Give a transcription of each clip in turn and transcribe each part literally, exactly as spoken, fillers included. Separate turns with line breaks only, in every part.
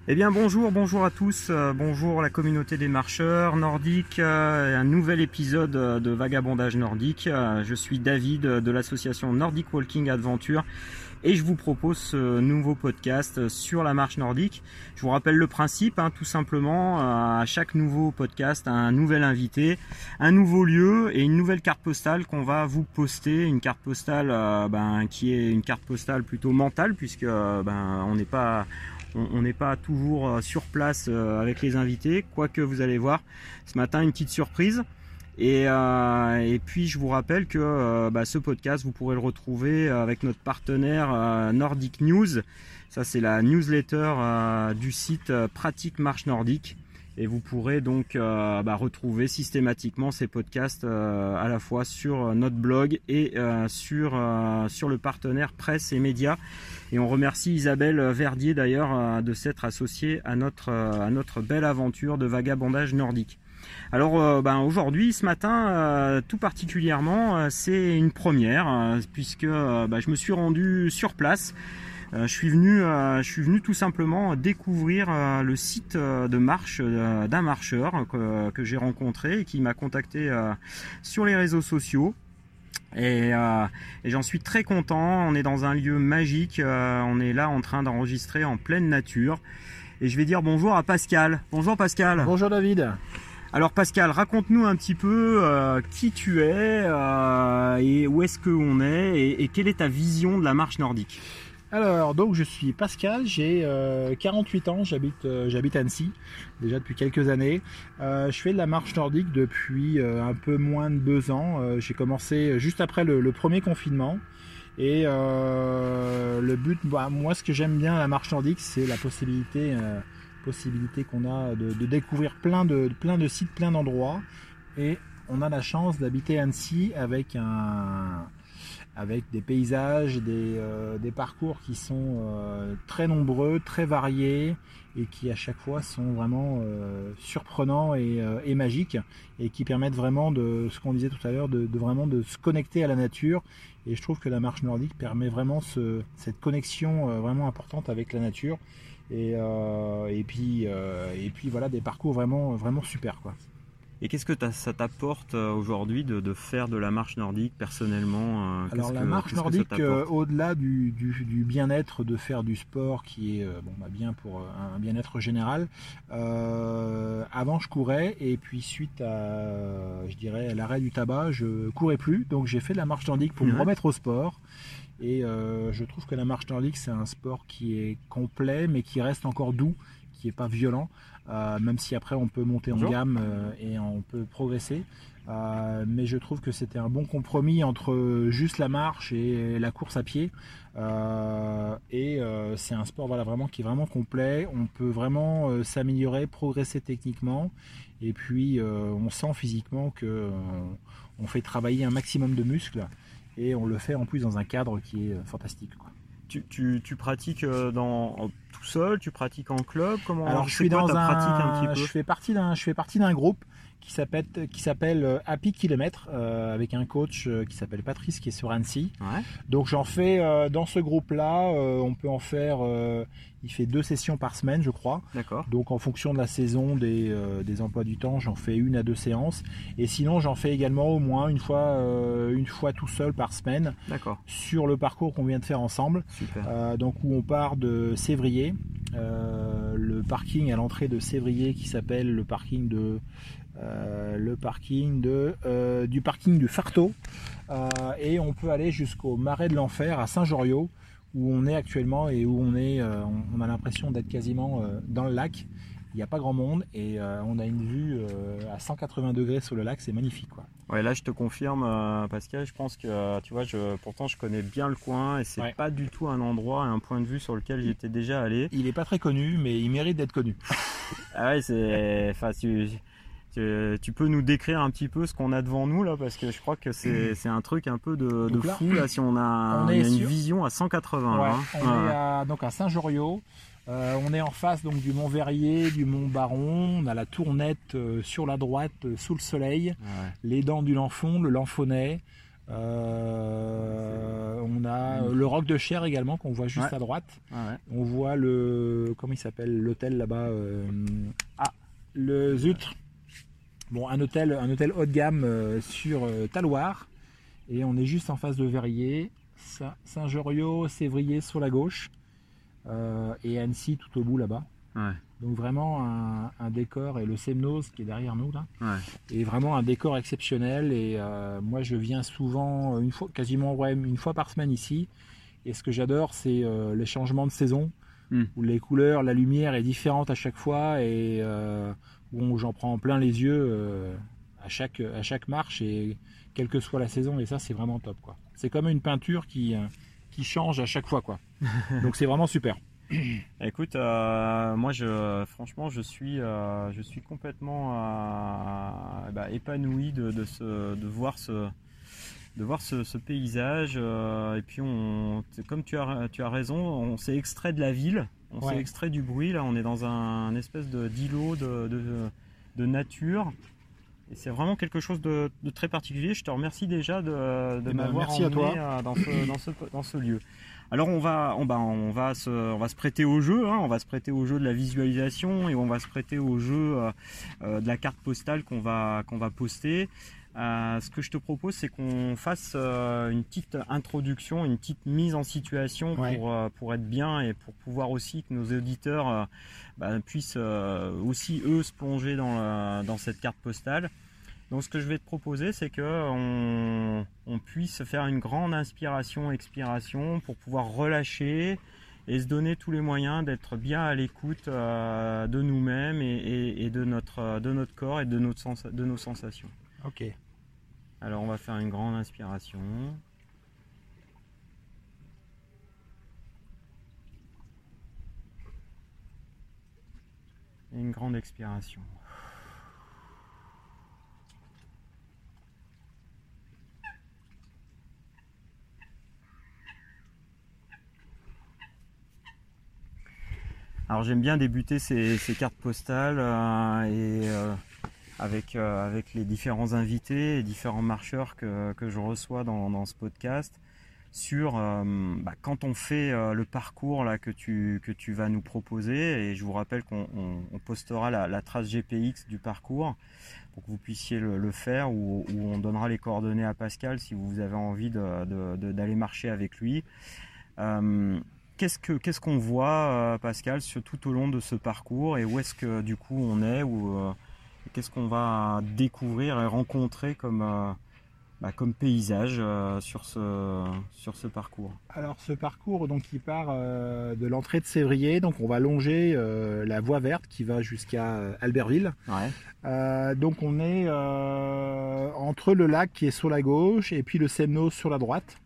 Eh bien bonjour, bonjour à tous, euh, bonjour la communauté des marcheurs nordiques, euh, un nouvel épisode euh, de Vagabondage nordique. Euh, je suis David euh, de l'association Nordic Walking Adventure et je vous propose ce nouveau podcast sur la marche nordique. Je vous rappelle le principe, hein, tout simplement, euh, à chaque nouveau podcast, un nouvel invité, un nouveau lieu et une nouvelle carte postale qu'on va vous poster, une carte postale euh, ben, qui est une carte postale plutôt mentale puisque euh, ben, on n'est pas... On n'est pas toujours sur place avec les invités, quoique vous allez voir ce matin une petite surprise. Et, euh, et puis je vous rappelle que euh, bah, ce podcast, vous pourrez le retrouver avec notre partenaire euh, Nordic News. Ça, c'est la newsletter euh, du site euh, Pratique Marche Nordique. Et vous pourrez donc euh, bah, retrouver systématiquement ces podcasts euh, à la fois sur notre blog et euh, sur, euh, sur le partenaire presse et médias. Et on remercie Isabelle Verdier d'ailleurs euh, de s'être associée à notre, euh, à notre belle aventure de vagabondage nordique. Alors euh, ben, aujourd'hui, ce matin, euh, tout particulièrement, euh, c'est une première euh, puisque euh, ben, je me suis rendu sur place. Euh, je suis venu, euh, je suis venu tout simplement découvrir euh, le site euh, de marche euh, d'un marcheur que, que j'ai rencontré et qui m'a contacté euh, sur les réseaux sociaux. Et, euh, et j'en suis très content. On est dans un lieu magique. Euh, on est là en train d'enregistrer en pleine nature. Et je vais dire bonjour à Pascal. Bonjour Pascal.
Bonjour David.
Alors Pascal, raconte-nous un petit peu euh, qui tu es euh, et où est-ce qu'on est et, et quelle est ta vision de la marche nordique.
Alors, donc je suis Pascal, j'ai euh, quarante-huit ans, j'habite euh, j'habite Annecy, déjà depuis quelques années. Euh, je fais de la marche nordique depuis euh, un peu moins de deux ans. Euh, j'ai commencé juste après le, le premier confinement. Et euh, le but, bah, moi ce que j'aime bien à la marche nordique, c'est la possibilité, euh, possibilité qu'on a de, de découvrir plein de, plein de sites, plein d'endroits. Et on a la chance d'habiter Annecy avec un... avec des paysages, des, euh, des parcours qui sont euh, très nombreux, très variés et qui à chaque fois sont vraiment euh, surprenants et, euh, et magiques et qui permettent vraiment de, ce qu'on disait tout à l'heure, de, de vraiment de se connecter à la nature. Et je trouve que la marche nordique permet vraiment ce, cette connexion euh, vraiment importante avec la nature et, euh, et, puis, euh, et puis voilà, des parcours vraiment, vraiment super, quoi.
Et qu'est-ce que ça t'apporte aujourd'hui de, de faire de la marche nordique personnellement?
Alors la
que,
marche nordique, euh, au-delà du, du, du bien-être de faire du sport qui est euh, bon, bah, bien pour euh, un bien-être général, euh, avant je courais et puis suite à je dirais, à l'arrêt du tabac, je courais plus. Donc j'ai fait de la marche nordique pour ouais. me remettre au sport. Et euh, je trouve que la marche nordique, c'est un sport qui est complet mais qui reste encore doux, qui n'est pas violent. Euh, même si après on peut monter en gamme euh, et on peut progresser, euh, mais je trouve que c'était un bon compromis entre juste la marche et la course à pied, euh, et euh, c'est un sport voilà, vraiment, qui est vraiment complet. On peut vraiment euh, s'améliorer, progresser techniquement, et puis euh, on sent physiquement que euh, on fait travailler un maximum de muscles et on le fait en plus dans un cadre qui est fantastique, quoi.
Tu, tu, tu pratiques dans, tout seul, tu pratiques en club? Comment?
Alors je suis dans un, un petit peu je fais partie d'un, je fais partie d'un groupe qui s'appelle qui s'appelle Happy Kilomètre, euh, avec un coach euh, qui s'appelle Patrice qui est sur Annecy.
Ouais.
Donc j'en fais euh, dans ce groupe-là, euh, on peut en faire, euh, il fait deux sessions par semaine, je crois.
D'accord.
Donc en fonction de la saison, des, euh, des emplois du temps, j'en fais une à deux séances. Et sinon j'en fais également au moins une fois, euh, une fois tout seul par semaine.
D'accord.
Sur le parcours qu'on vient de faire ensemble.
Super.
Euh, donc où on part de Sévrier, euh, le parking à l'entrée de Sévrier qui s'appelle le parking de Euh, le parking de, euh, du parking du Farteau, euh, et on peut aller jusqu'au Marais de l'Enfer à Saint-Joriot où on est actuellement et où on est, euh, on, on a l'impression d'être quasiment euh, dans le lac. Il n'y a pas grand monde et euh, on a une vue euh, à cent quatre-vingts degrés sur le lac, c'est magnifique, quoi.
Ouais, là je te confirme euh, Pascal, je pense que euh, tu vois, je, pourtant je connais bien le coin et c'est ouais. pas du tout un endroit, un point de vue sur lequel j'étais déjà allé.
Il n'est pas très connu, mais il mérite d'être connu.
Ah ouais, c'est, enfin tu, tu, tu peux nous décrire un petit peu ce qu'on a devant nous là, parce que je crois que c'est, c'est un truc un peu de, de là, fou là, si on a,
on
on
est
a une
sur...
vision à cent quatre-vingts.
Ouais,
hein.
on
ouais.
est à, donc à Saint-Joriot. Euh, on est en face donc du Mont Verrier, du Mont Baron. On a la Tournette euh, sur la droite, euh, sous le soleil. Ouais. Les Dents du Lanfon, le Lanfonnet. Euh, on a euh, le Roc de Cher également qu'on voit juste ouais. à droite.
Ouais.
On voit le comment il s'appelle l'hôtel là-bas euh, Ah, le zut. Bon, un hôtel, un hôtel haut de gamme euh, sur euh, Taloir. Et on est juste en face de Verrier, Saint-Joriot, Sévrier sur la gauche euh, et Annecy tout au bout là-bas.
Ouais.
Donc vraiment un, un décor, et le Semnoz qui est derrière nous là,
ouais.
Et vraiment un décor exceptionnel. Et euh, moi je viens souvent, une fois, quasiment ouais, une fois par semaine ici. Et ce que j'adore, c'est euh, les changements de saison, mm. où les couleurs, la lumière est différente à chaque fois et euh, où j'en prends plein les yeux euh, à chaque à chaque marche et quelle que soit la saison, et ça c'est vraiment top quoi. C'est comme une peinture qui, qui change à chaque fois quoi. Donc c'est vraiment super.
Écoute, euh, moi je franchement je suis euh, je suis complètement euh, bah, épanoui de, de, ce, de voir ce de voir ce, ce paysage euh, et puis on comme tu as tu as raison, on s'est extrait de la ville, on ouais. s'est extrait du bruit, là on est dans un, un espèce de d'îlot de, de, de nature. Et c'est vraiment quelque chose de, de très particulier. Je te remercie déjà de, de m'avoir
emmené
dans ce, dans, ce, dans ce lieu. Alors on va, on, bah, on, va se, on va se prêter au jeu, hein. On va se prêter au jeu de la visualisation et on va se prêter au jeu euh, de la carte postale qu'on va, qu'on va poster. Euh, ce que je te propose, c'est qu'on fasse euh, une petite introduction, une petite mise en situation
ouais.
pour, euh, pour être bien et pour pouvoir aussi que nos auditeurs euh, bah, puissent euh, aussi eux se plonger dans, la, dans cette carte postale. Donc ce que je vais te proposer, c'est qu'on on puisse faire une grande inspiration-expiration pour pouvoir relâcher et se donner tous les moyens d'être bien à l'écoute euh, de nous-mêmes et, et, et de, notre, de notre corps et de, notre sens, de nos sensations.
Ok.
Alors on va faire une grande inspiration. Et une grande expiration. Alors j'aime bien débuter ces, ces cartes postales euh, et euh, avec, euh, avec les différents invités et différents marcheurs que, que je reçois dans, dans ce podcast sur euh, bah, quand on fait euh, le parcours là, que, tu, que tu vas nous proposer. Et je vous rappelle qu'on on, on postera la, la trace G P X du parcours pour que vous puissiez le, le faire, ou, ou on donnera les coordonnées à Pascal si vous avez envie de, de, de, d'aller marcher avec lui. Euh, Qu'est-ce que qu'est-ce qu'on voit, euh, Pascal, sur, tout au long de ce parcours, et où est-ce que du coup on est, ou euh, qu'est-ce qu'on va découvrir et rencontrer comme, euh, bah, comme paysage euh, sur, ce, sur ce parcours?
Alors ce parcours donc il part euh, de l'entrée de Sévrier, donc on va longer euh, la voie verte qui va jusqu'à Albertville.
Ouais.
Euh, donc on est euh, entre le lac qui est sur la gauche et puis le Semnoz sur la droite.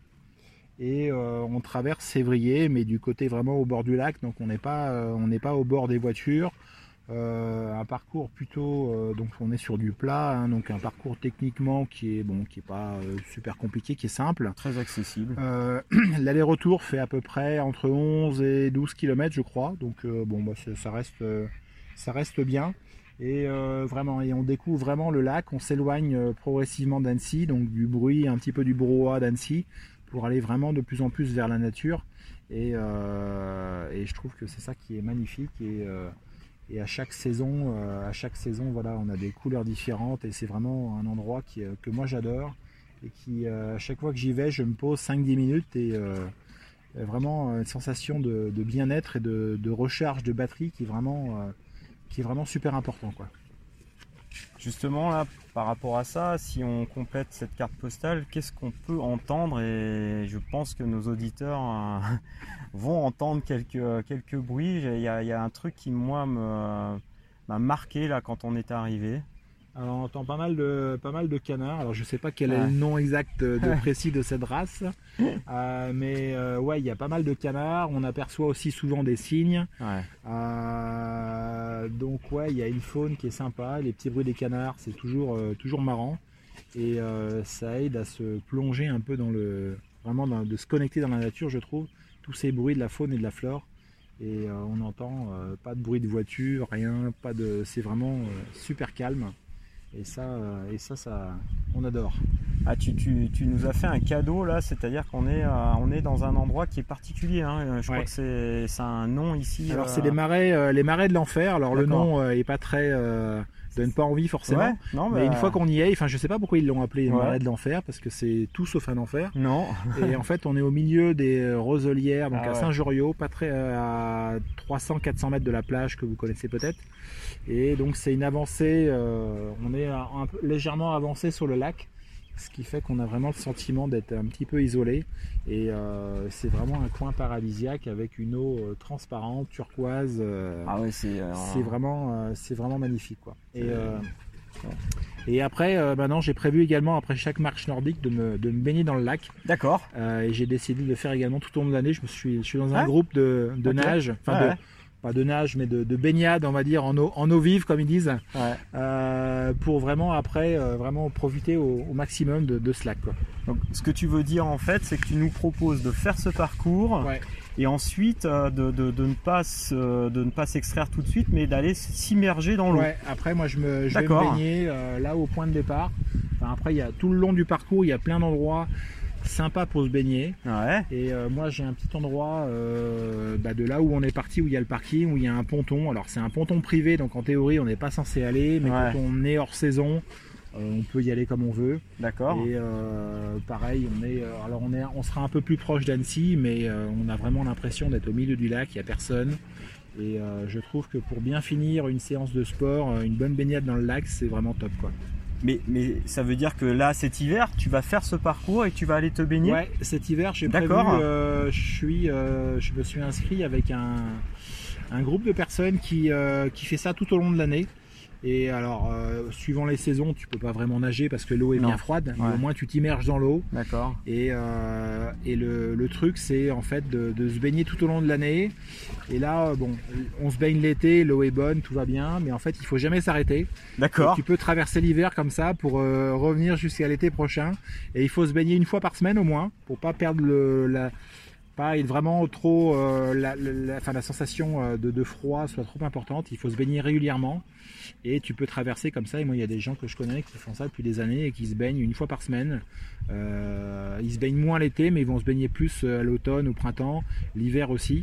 Et euh, on traverse Sévrier, mais du côté vraiment au bord du lac, donc on n'est pas, euh, on n'est pas au bord des voitures. Euh, un parcours plutôt, euh, donc on est sur du plat, hein, donc un parcours techniquement qui est bon, qui est pas euh, super compliqué, qui est simple,
très accessible.
Euh, l'aller-retour fait à peu près entre onze et douze kilomètres, je crois, donc euh, bon, bah, ça reste, euh, ça reste bien. Et euh, vraiment, et on découvre vraiment le lac. On s'éloigne euh, progressivement d'Annecy, donc du bruit, un petit peu du brouhaha d'Annecy, pour aller vraiment de plus en plus vers la nature. Et, euh, et je trouve que c'est ça qui est magnifique. Et, euh, et à chaque saison, euh, à chaque saison, voilà, on a des couleurs différentes. Et c'est vraiment un endroit qui, euh, que moi j'adore. Et qui, euh, à chaque fois que j'y vais, je me pose cinq dix minutes. Et euh, vraiment une sensation de, de bien-être et de, de recharge de batterie qui est vraiment, euh, qui est vraiment super important, quoi.
Justement, là, par rapport à ça, si on complète cette carte postale, qu'est-ce qu'on peut entendre? Et je pense que nos auditeurs euh, vont entendre quelques, quelques bruits. Il y, a, il y a un truc qui, moi, me, m'a marqué là, quand on est arrivé.
Alors, on entend pas mal de, pas mal de canards. Alors, je sais pas quel ouais. est le nom exact de précis de cette race, euh, mais euh, ouais, il y a pas mal de canards. On aperçoit aussi souvent des cygnes.
Ouais.
Euh, donc ouais, il y a une faune qui est sympa. Les petits bruits des canards, c'est toujours, euh, toujours marrant, et euh, ça aide à se plonger un peu dans le, vraiment dans, de se connecter dans la nature, je trouve. Tous ces bruits de la faune et de la flore. Et euh, on entend euh, pas de bruit de voiture, rien, pas de, c'est vraiment euh, super calme. Et ça, et ça, ça, on adore.
Ah, tu, tu, tu nous as fait un cadeau là, c'est-à-dire qu'on est, euh, on est dans un endroit qui est particulier. Hein. Je
Ouais.
crois que c'est, c'est un nom ici.
Alors
euh...
c'est les marais, euh, les marais de l'enfer. Alors le
D'accord.
nom euh, est pas très, euh, donne pas envie forcément.
Ouais, non,
mais
bah...
une fois qu'on y est, enfin je sais pas pourquoi ils l'ont appelé les
Ouais.
marais de l'enfer parce que c'est tout sauf un enfer.
Non.
Et en fait on est au milieu des Roselières, donc
Ah
à
ouais.
Saint-Joriot, pas très à trois cents à quatre cents mètres de la plage que vous connaissez peut-être. Et donc c'est une avancée, euh, on est un, un peu légèrement avancé sur le lac. Ce qui fait qu'on a vraiment le sentiment d'être un petit peu isolé et euh, c'est vraiment un coin paradisiaque avec une eau euh, transparente, turquoise. Euh,
Ah ouais, c'est. Euh...
c'est vraiment, euh, c'est vraiment magnifique, quoi. Et, euh, et après, euh, maintenant, j'ai prévu également après chaque marche nordique de me, de me baigner dans le lac.
D'accord.
Euh, et j'ai décidé de le faire également tout au long de l'année. Je me suis, je suis dans un
Ouais.
groupe de, de
Okay.
nage, enfin
ouais.
de, pas de nage, mais de, de baignade, on va dire, en eau, en eau vive, comme ils disent,
Ouais.
euh, pour vraiment après, euh, vraiment profiter au, au maximum de, de ce lac, quoi.
Donc, ce que tu veux dire en fait, c'est que tu nous proposes de faire ce parcours
Ouais.
et ensuite euh, de, de, de ne pas se, de ne pas s'extraire tout de suite, mais d'aller s'immerger dans l'eau.
Ouais, après moi je, me, je vais me
D'accord.
baigner euh, là au point de départ. Enfin, après il y a tout le long du parcours, il y a plein d'endroits sympas pour se baigner.
Ouais.
Et euh, moi j'ai un petit endroit euh, bah, de là où on est parti, où il y a le parking, où il y a un ponton. Alors c'est un ponton privé, donc en théorie on n'est pas censé aller, mais
Ouais.
quand on est hors saison, euh, on peut y aller comme on veut.
D'accord.
Et euh, pareil, on est, euh, alors on est, on sera un peu plus proche d'Annecy, mais euh, on a vraiment l'impression d'être au milieu du lac. Il n'y a personne. Et euh, je trouve que pour bien finir une séance de sport, euh, une bonne baignade dans le lac, c'est vraiment top, quoi.
Mais, mais ça veut dire que là, cet hiver, tu vas faire ce parcours et tu vas aller te baigner.
Ouais, cet hiver, j'ai prévu,
D'accord.
euh, je suis, euh, je me suis inscrit avec un, un groupe de personnes qui, euh, qui fait ça tout au long de l'année. Et alors, euh, suivant les saisons, tu peux pas vraiment nager parce que l'eau est
Non.
bien froide, mais
Ouais.
au moins tu t'immerges dans l'eau.
D'accord.
Et, euh, et le, le truc, c'est en fait de, de se baigner tout au long de l'année. Et là, bon, on se baigne l'été, l'eau est bonne, tout va bien, mais en fait, il faut jamais s'arrêter.
D'accord.
Et tu peux traverser l'hiver comme ça pour euh, revenir jusqu'à l'été prochain. Et il faut se baigner une fois par semaine au moins pour pas perdre le, la, pas être vraiment trop, euh, la, la, la, enfin, la sensation euh, de, de froid soit trop importante. Il faut se baigner régulièrement. Et tu peux traverser comme ça. Et moi, il y a des gens que je connais qui font ça depuis des années et qui se baignent une fois par semaine. Euh, ils se baignent moins l'été, mais ils vont se baigner plus à l'automne, au printemps, l'hiver aussi.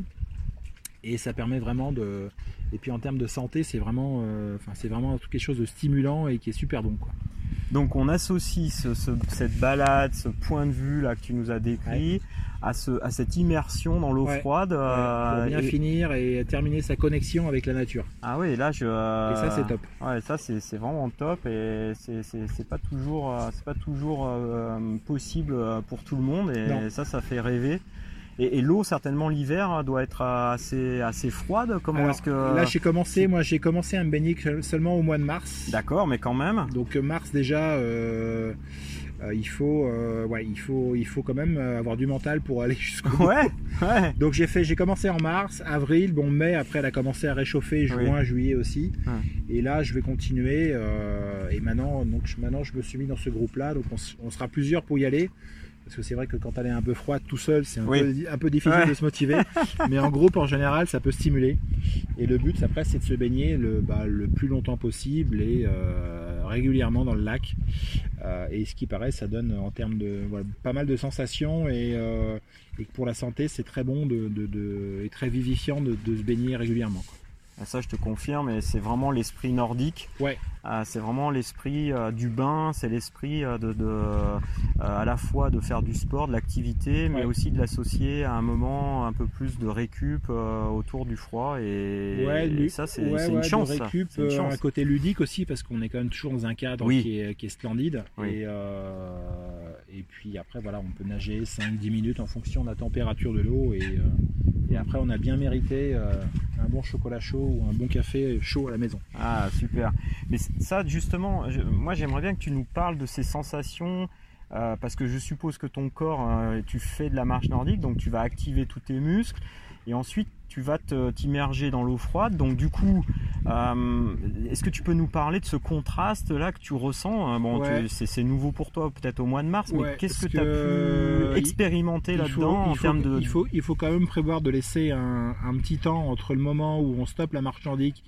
Et ça permet vraiment de. Et puis en termes de santé, c'est vraiment, euh, enfin, c'est vraiment quelque chose de stimulant et qui est super bon, quoi.
Donc on associe ce, ce, cette balade, ce point de vue là que tu nous as décrit,
Ouais.
à, ce, à cette immersion dans l'eau
Ouais.
froide.
Ouais,
euh,
pour bien
et-
finir et terminer sa connexion avec la nature.
Ah oui, là je.
Et ça, c'est top.
Ouais, ça c'est c'est vraiment top et c'est c'est- c'est pas toujours, euh, c'est pas toujours euh, possible euh, pour tout le monde et
Non.
ça, ça fait rêver. Et, et l'eau certainement l'hiver hein, doit être assez assez froide. Comment
Alors,
est-ce que
là, j'ai commencé, moi, j'ai commencé à me baigner que- seulement au mois de mars.
D'accord, mais quand même.
Donc euh, mars déjà, euh, euh, il faut, euh, ouais, il faut, il faut quand même euh, avoir du mental pour aller jusqu'au bout.
Ouais, ouais.
Donc j'ai fait, j'ai commencé en mars, avril, bon mai. Après, elle a commencé à réchauffer, juin, juillet aussi.
Ouais.
Et là, je vais continuer. euh, et maintenant, donc je- maintenant, je me suis mis dans ce groupe-là. Donc on, s- on sera plusieurs pour y aller. Parce que c'est vrai que quand elle est un peu froide tout seul, c'est un,
Oui.
peu, un peu difficile
Ouais.
de se motiver. Mais en groupe, en général, ça peut stimuler. Et le but, après, c'est de se baigner le, bah, le plus longtemps possible et euh, régulièrement dans le lac. Euh, et ce qui paraît, ça donne en termes de voilà, pas mal de sensations. Et, euh, et pour la santé, c'est très bon de, de, de, et très vivifiant de, de se baigner régulièrement, quoi.
Ça, je te confirme, et c'est vraiment l'esprit nordique.
Ouais.
Euh, c'est vraiment l'esprit euh, du bain, c'est l'esprit euh, de, de euh, à la fois de faire du sport, de l'activité, mais
Ouais.
aussi de l'associer à un moment un peu plus de récup euh, autour du froid. Et,
Ouais,
et
lu-
ça, c'est
ouais,
c'est
ouais,
une
de
chance. ça.
récup,
C'est une
euh,
chance.
un côté ludique aussi, parce qu'on est quand même toujours dans un cadre
Oui.
qui, est, qui est splendide.
Oui.
Et, euh, et puis après, voilà, on peut nager cinq dix minutes en fonction de la température de l'eau. Et, euh, et après, on a bien mérité euh, un bon chocolat chaud ou un bon café chaud à la maison.
Ah, super. Mais c- ça, justement, je- moi, j'aimerais bien que tu nous parles de ces sensations. euh, parce que je suppose que ton corps, euh, tu fais de la marche nordique, donc tu vas activer tous tes muscles. Et ensuite, tu vas te- t'immerger dans l'eau froide. Donc, du coup, euh, est-ce que tu peux nous parler de ce contraste-là que tu ressens? Euh, Bon,
Ouais.
tu- c'est c'est nouveau pour toi, peut-être au mois de mars,
Ouais,
mais qu'est-ce que
parce
tu as
que
pu expérimenter
Il faut-
là-dedans
il
en
faut-
termes de.
il faut, il faut quand même prévoir de laisser un, un petit temps entre le moment où on stoppe la marche nordique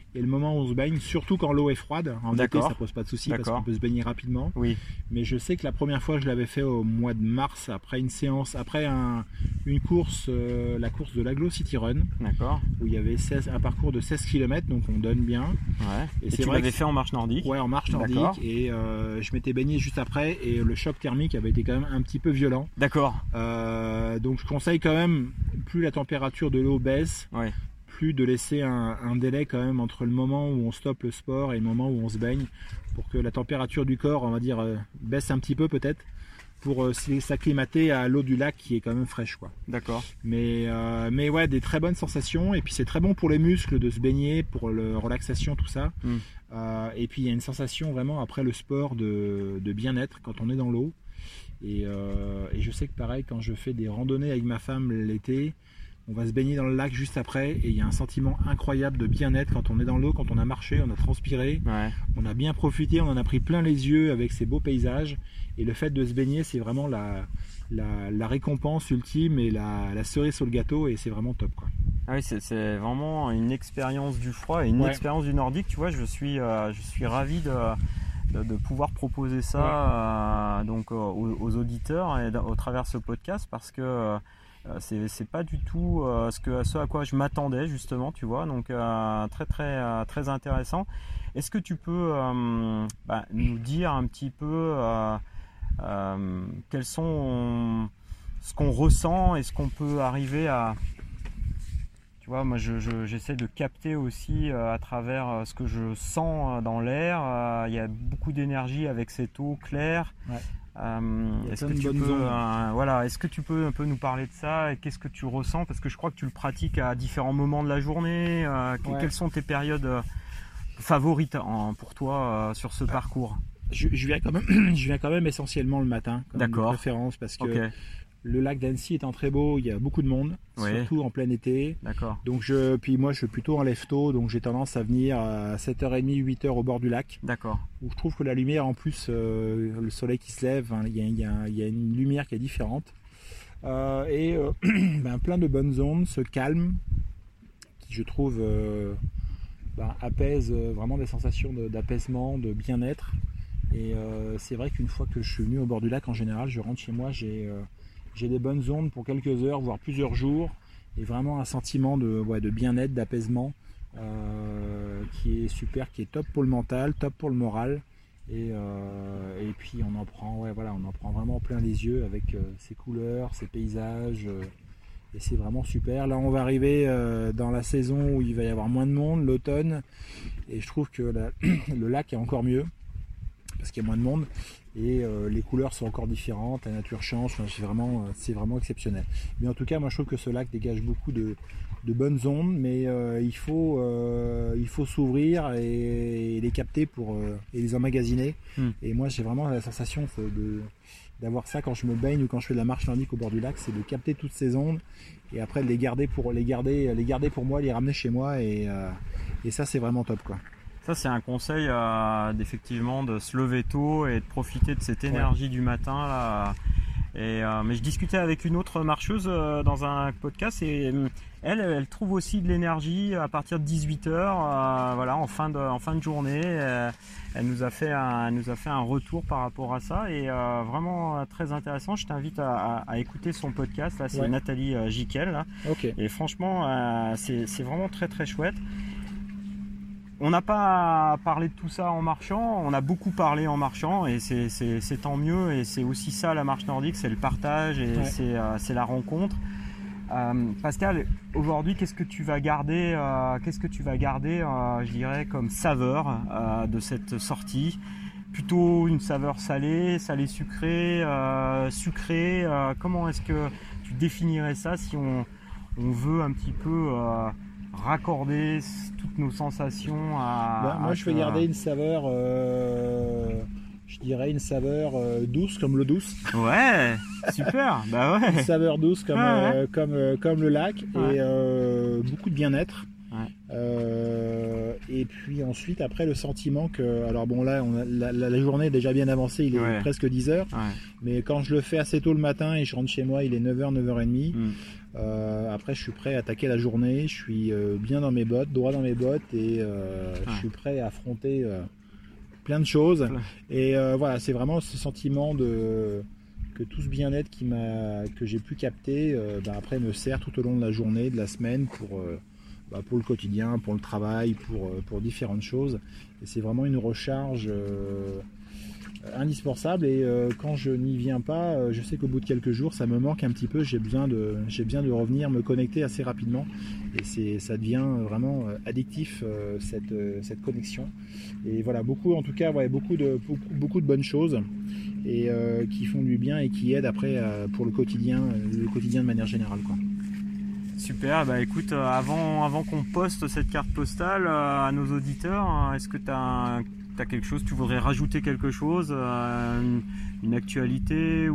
et le moment où on se baigne, surtout quand l'eau est froide. En été, ça pose pas de souci parce qu'on peut se baigner rapidement.
Oui.
Mais je sais que la première fois, je l'avais fait au mois de mars, après une séance, après un, une course, euh, la course de l'Aglo City Run.
D'accord.
Où il y avait seize, un parcours de seize kilomètres, donc on donne bien.
Ouais. Et, et c'est tu l'avais fait en marche nordique.
Ouais, en marche nordique. Et euh, je m'étais baigné juste après, et le choc thermique avait été quand même un petit peu violent.
D'accord.
Euh, donc je conseille quand même, plus la température de l'eau baisse, ouais. plus de laisser un, un délai quand même entre le moment où on stoppe le sport et le moment où on se baigne, pour que la température du corps, on va dire, euh, baisse un petit peu peut-être, pour euh, s'acclimater à l'eau du lac qui est quand même fraîche, quoi.
D'accord.
Mais, euh, mais ouais, des très bonnes sensations, et puis c'est très bon pour les muscles de se baigner, pour la relaxation, tout ça. Mm. Euh, et puis il y a une sensation vraiment après le sport de, de bien-être quand on est dans l'eau. Et, euh, et je sais que pareil, quand je fais des randonnées avec ma femme l'été, on va se baigner dans le lac juste après, et il y a un sentiment incroyable de bien-être quand on est dans l'eau, quand on a marché, on a transpiré, ouais. on a bien profité, on en a pris plein les yeux avec ces beaux paysages, et le fait de se baigner, c'est vraiment la, la, la récompense ultime et la, la cerise sur le gâteau, et c'est vraiment top, quoi.
Ah oui, c'est, c'est vraiment une expérience du froid et une ouais. expérience du nordique, tu vois, je suis, euh, je suis ravi de... De, de pouvoir proposer ça ouais. euh, donc, euh, aux, aux auditeurs et au travers de ce podcast, parce que euh, c'est, c'est pas du tout euh, ce, que, ce à quoi je m'attendais justement, tu vois, donc euh, très très euh, très intéressant. Est-ce que tu peux euh, bah, nous dire un petit peu euh, euh, quels sont ce qu'on ressent et ce qu'on peut arriver à... Tu vois, moi je, je, j'essaie de capter aussi euh, à travers euh, ce que je sens euh, dans l'air. Euh, il y a beaucoup d'énergie avec cette eau claire. Ouais. Euh, est-ce que tu peux, euh, voilà, est-ce que tu peux un peu nous parler de ça et qu'est-ce que tu ressens? Parce que je crois que tu le pratiques à différents moments de la journée. Euh, ouais. Quelles sont tes périodes euh, favorites en, pour toi euh, sur ce ouais. parcours?
je, je, viens quand même, je viens quand même essentiellement le matin, comme
D'accord.
de préférence, parce que
okay.
le lac d'Annecy étant très beau, il y a beaucoup de monde, oui. surtout en plein été.
D'accord.
Donc je, puis moi je suis plutôt en lève-tôt, donc j'ai tendance à venir à sept heures trente, huit heures au bord du lac.
D'accord.
Où je trouve que la lumière, en plus, euh, le soleil qui se lève, hein, il, y a, il, y a, il y a une lumière qui est différente. Euh, et euh, ben, plein de bonnes ondes, ce calme, qui je trouve euh, ben, apaise vraiment des sensations de, d'apaisement, de bien-être. Et euh, c'est vrai qu'une fois que je suis venu au bord du lac, en général, je rentre chez moi, j'ai... Euh, J'ai des bonnes ondes pour quelques heures, voire plusieurs jours, et vraiment un sentiment de, ouais, de bien-être, d'apaisement, euh, qui est super, qui est top pour le mental, top pour le moral, et, euh, et puis on en prend, ouais, voilà, on en prend vraiment plein les yeux avec euh, ces couleurs, ces paysages, euh, et c'est vraiment super. Là, on va arriver euh, dans la saison où il va y avoir moins de monde, l'automne, et je trouve que la, le lac est encore mieux parce qu'il y a moins de monde. Et euh, les couleurs sont encore différentes, la nature change, enfin, c'est, vraiment, c'est vraiment exceptionnel. Mais en tout cas, moi je trouve que ce lac dégage beaucoup de, de bonnes ondes, mais euh, il, faut, euh, il faut s'ouvrir et, et les capter pour, euh, et les emmagasiner. Mm. Et moi j'ai vraiment la sensation de, d'avoir ça quand je me baigne ou quand je fais de la marche nordique au bord du lac, c'est de capter toutes ces ondes et après de les garder pour, les garder, les garder pour moi, les ramener chez moi, et, euh, et ça c'est vraiment top, quoi.
Ça, c'est un conseil euh, d'effectivement de se lever tôt et de profiter de cette énergie ouais. du matin là. Et, euh, mais je discutais avec une autre marcheuse euh, dans un podcast, et euh, elle, elle trouve aussi de l'énergie à partir de dix-huit heures, euh, voilà, en fin de, en fin de journée. Euh, elle nous a fait un, elle nous a fait un retour par rapport à ça, et euh, vraiment euh, très intéressant. Je t'invite à, à, à écouter son podcast. Là, c'est ouais. Nathalie euh, Jiquel. Là.
Okay.
Et franchement, euh, c'est, c'est vraiment très très chouette. On n'a pas parlé de tout ça en marchant, on a beaucoup parlé en marchant, et c'est, c'est, c'est tant mieux, et c'est aussi ça la marche nordique, c'est le partage, et ouais. c'est, euh, c'est la rencontre. Euh, Pascal, aujourd'hui, qu'est-ce que tu vas garder, euh, qu'est-ce que tu vas garder, euh, je dirais, comme saveur euh, de cette sortie? Plutôt une saveur salée, salée sucrée, euh, sucrée. Euh, comment est-ce que tu définirais ça si on, on veut un petit peu euh, raccorder toutes nos sensations à...
Ben, moi
à
je vais garder une saveur, euh, je dirais une saveur euh, douce comme l'eau douce.
Ouais, super, bah ouais.
Une saveur douce comme,
ouais, ouais.
Euh, comme, euh, comme le lac,
ouais.
et euh, beaucoup de bien-être.
Ouais.
Euh, et puis ensuite après le sentiment que, alors bon là on a, la, la, la journée est déjà bien avancée, il est
ouais.
presque dix heures,
ouais.
mais quand je le fais assez tôt le matin et je rentre chez moi, il est neuf heures, neuf heures trente, mm. Euh, après, je suis prêt à attaquer la journée. Je suis euh, bien dans mes bottes, droit dans mes bottes, et euh, ouais. je suis prêt à affronter euh, plein de choses. Ouais. Et euh, voilà, c'est vraiment ce sentiment de que tout ce bien-être qui m'a, que j'ai pu capter, euh, bah, après me sert tout au long de la journée, de la semaine, pour euh, bah, pour le quotidien, pour le travail, pour pour différentes choses. Et c'est vraiment une recharge euh, indispensable, et euh, quand je n'y viens pas, euh, je sais qu'au bout de quelques jours ça me manque un petit peu, j'ai besoin de, j'ai besoin de revenir me connecter assez rapidement, et c'est, ça devient vraiment addictif euh, cette, euh, cette connexion. Et voilà, beaucoup en tout cas, ouais, beaucoup, de, beaucoup, beaucoup de bonnes choses, et euh, qui font du bien et qui aident après euh, pour le quotidien, le quotidien de manière générale, quoi.
Super, bah écoute, avant, avant qu'on poste cette carte postale euh, à nos auditeurs, est-ce que tu as quelque chose, tu voudrais rajouter quelque chose, euh, une, une actualité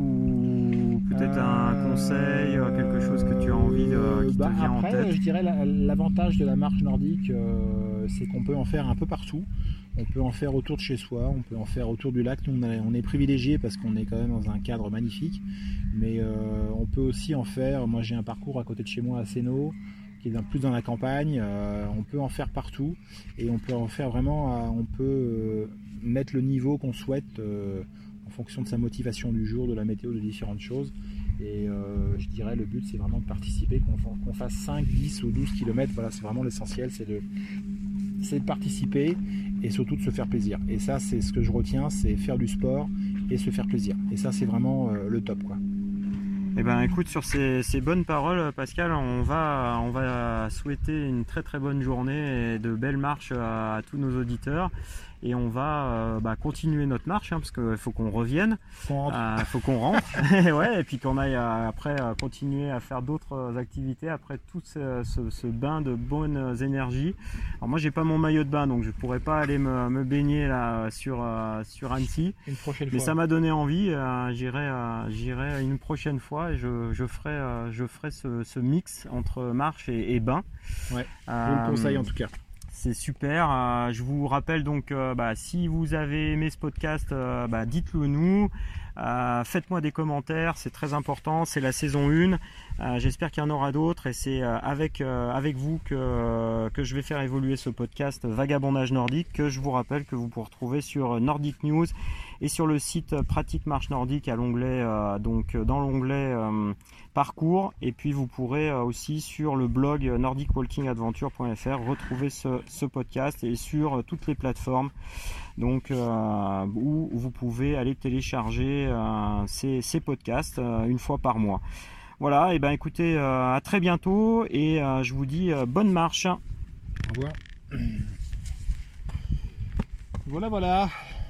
ou peut-être euh, un conseil, quelque chose que tu as envie de, qui
bah
te vient
après,
en tête?
Je dirais l'avantage de la marche nordique, euh, c'est qu'on peut en faire un peu partout. On peut en faire autour de chez soi, on peut en faire autour du lac. Nous, on est privilégié parce qu'on est quand même dans un cadre magnifique, mais euh, on peut aussi en faire. Moi, j'ai un parcours à côté de chez moi à Sénaux, qui est plus dans la campagne. Euh, on peut en faire partout, et on peut en faire vraiment, euh, on peut euh, mettre le niveau qu'on souhaite euh, en fonction de sa motivation du jour, de la météo, de différentes choses. Et euh, je dirais le but, c'est vraiment de participer, qu'on, qu'on fasse cinq, dix ou douze kilomètres. Voilà, c'est vraiment l'essentiel, c'est de, c'est de participer et surtout de se faire plaisir. Et ça, c'est ce que je retiens, c'est faire du sport et se faire plaisir. Et ça, c'est vraiment euh, le top, quoi.
Eh ben, écoute, sur ces, ces bonnes paroles, Pascal, on va, on va souhaiter une très très bonne journée et de belles marches à, à tous nos auditeurs. Et on va euh, bah, continuer notre marche, hein, parce qu'il faut qu'on revienne, il euh, faut qu'on rentre, et, ouais, et puis qu'on aille euh, après euh, continuer à faire d'autres activités après tout ce, ce, ce bain de bonnes énergies. Alors moi, j'ai pas mon maillot de bain, donc je pourrais pas aller me, me baigner là sur euh, sur Annecy.
Une prochaine
Mais
fois.
ça m'a donné envie. Euh, j'irai, euh, j'irai une prochaine fois et je, je ferai, euh, je ferai ce, ce mix entre marche et, et bain.
Ouais. Euh, je vous le conseille en tout cas.
C'est super. Euh, je vous rappelle donc, euh, bah, si vous avez aimé ce podcast, euh, bah, dites-le nous. Euh, faites-moi des commentaires, c'est très important. C'est la saison un. Euh, j'espère qu'il y en aura d'autres, et c'est euh, avec, euh, avec vous que, euh, que je vais faire évoluer ce podcast Vagabondage Nordique, que je vous rappelle que vous pouvez retrouver sur Nordic News et sur le site Pratique Marche Nordique à l'onglet, euh, donc dans l'onglet euh, Parcours. Et puis vous pourrez euh, aussi sur le blog nordic walking adventure point f r retrouver ce, ce podcast, et sur euh, toutes les plateformes donc euh, où vous pouvez aller télécharger euh, ces, ces podcasts euh, une fois par mois. Voilà, et ben écoutez, euh, à très bientôt, et euh, je vous dis euh, bonne marche.
Au revoir. Voilà, voilà.